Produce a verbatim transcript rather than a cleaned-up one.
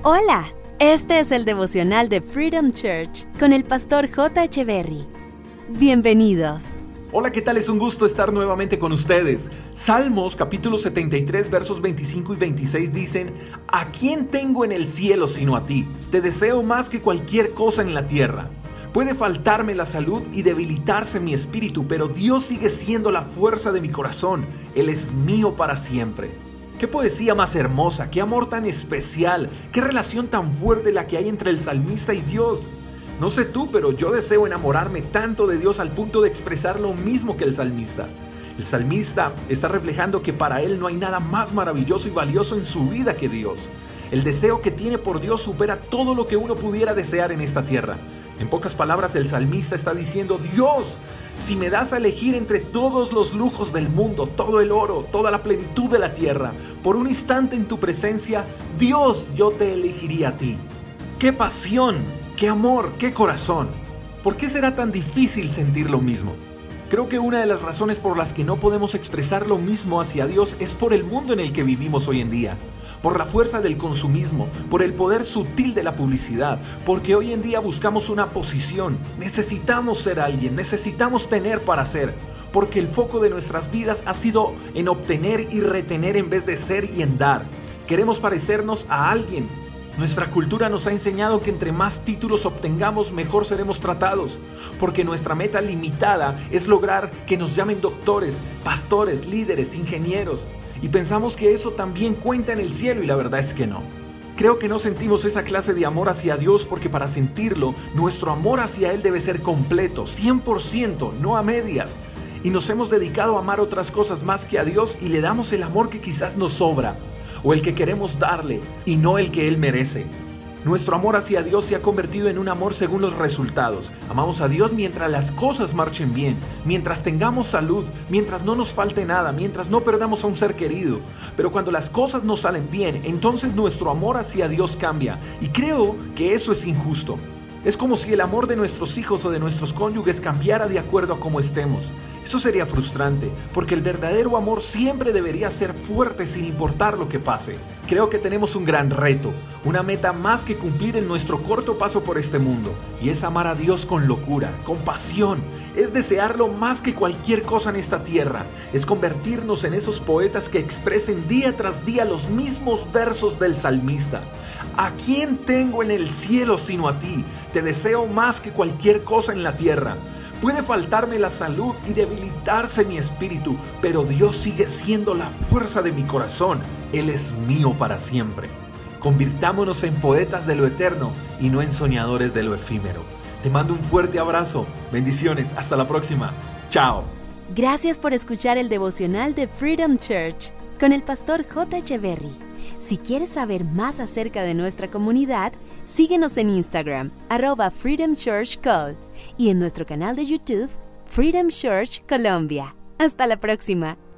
Hola, este es el devocional de Freedom Church con el pastor J. Echeverry. Bienvenidos. Hola, ¿qué tal? Es un gusto estar nuevamente con ustedes. Salmos capítulo setenta y tres versos veinticinco y veintiséis dicen: ¿A quién tengo en el cielo sino a ti? Te deseo más que cualquier cosa en la tierra. Puede faltarme la salud y debilitarse mi espíritu, pero Dios sigue siendo la fuerza de mi corazón. Él es mío para siempre. Qué poesía más hermosa, qué amor tan especial, qué relación tan fuerte la que hay entre el salmista y Dios. No sé tú, pero yo deseo enamorarme tanto de Dios al punto de expresar lo mismo que el salmista. El salmista está reflejando que para él no hay nada más maravilloso y valioso en su vida que Dios. El deseo que tiene por Dios supera todo lo que uno pudiera desear en esta tierra. En pocas palabras, el salmista está diciendo: Dios, si me das a elegir entre todos los lujos del mundo, todo el oro, toda la plenitud de la tierra, por un instante en tu presencia, Dios, yo te elegiría a ti. ¡Qué pasión! ¡Qué amor! ¡Qué corazón! ¿Por qué será tan difícil sentir lo mismo? Creo que una de las razones por las que no podemos expresar lo mismo hacia Dios es por el mundo en el que vivimos hoy en día, por la fuerza del consumismo, por el poder sutil de la publicidad, porque hoy en día buscamos una posición, necesitamos ser alguien, necesitamos tener para ser, porque el foco de nuestras vidas ha sido en obtener y retener en vez de ser y en dar. Queremos parecernos a alguien. Nuestra cultura nos ha enseñado que entre más títulos obtengamos, mejor seremos tratados, porque nuestra meta limitada es lograr que nos llamen doctores, pastores, líderes, ingenieros, y pensamos que eso también cuenta en el cielo, y la verdad es que no. Creo que no sentimos esa clase de amor hacia Dios porque para sentirlo, nuestro amor hacia Él debe ser completo, cien por ciento, no a medias. Y nos hemos dedicado a amar otras cosas más que a Dios y le damos el amor que quizás nos sobra, o el que queremos darle, y no el que Él merece. Nuestro amor hacia Dios se ha convertido en un amor según los resultados. Amamos a Dios mientras las cosas marchen bien, mientras tengamos salud, mientras no nos falte nada, mientras no perdamos a un ser querido. Pero cuando las cosas no salen bien, entonces nuestro amor hacia Dios cambia. Y creo que eso es injusto. Es como si el amor de nuestros hijos o de nuestros cónyuges cambiara de acuerdo a cómo estemos. Eso sería frustrante, porque el verdadero amor siempre debería ser fuerte sin importar lo que pase. Creo que tenemos un gran reto, una meta más que cumplir en nuestro corto paso por este mundo, y es amar a Dios con locura, con pasión. Es desearlo más que cualquier cosa en esta tierra. Es convertirnos en esos poetas que expresen día tras día los mismos versos del salmista. ¿A quién tengo en el cielo sino a ti? Te deseo más que cualquier cosa en la tierra. Puede faltarme la salud y debilitarse mi espíritu, pero Dios sigue siendo la fuerza de mi corazón. Él es mío para siempre. Convirtámonos en poetas de lo eterno y no en soñadores de lo efímero. Te mando un fuerte abrazo. Bendiciones. Hasta la próxima. Chao. Gracias por escuchar el devocional de Freedom Church con el pastor J. Echeverry. Si quieres saber más acerca de nuestra comunidad, síguenos en Instagram, arroba Freedom Church Call, y en nuestro canal de YouTube, Freedom Church Colombia. Hasta la próxima.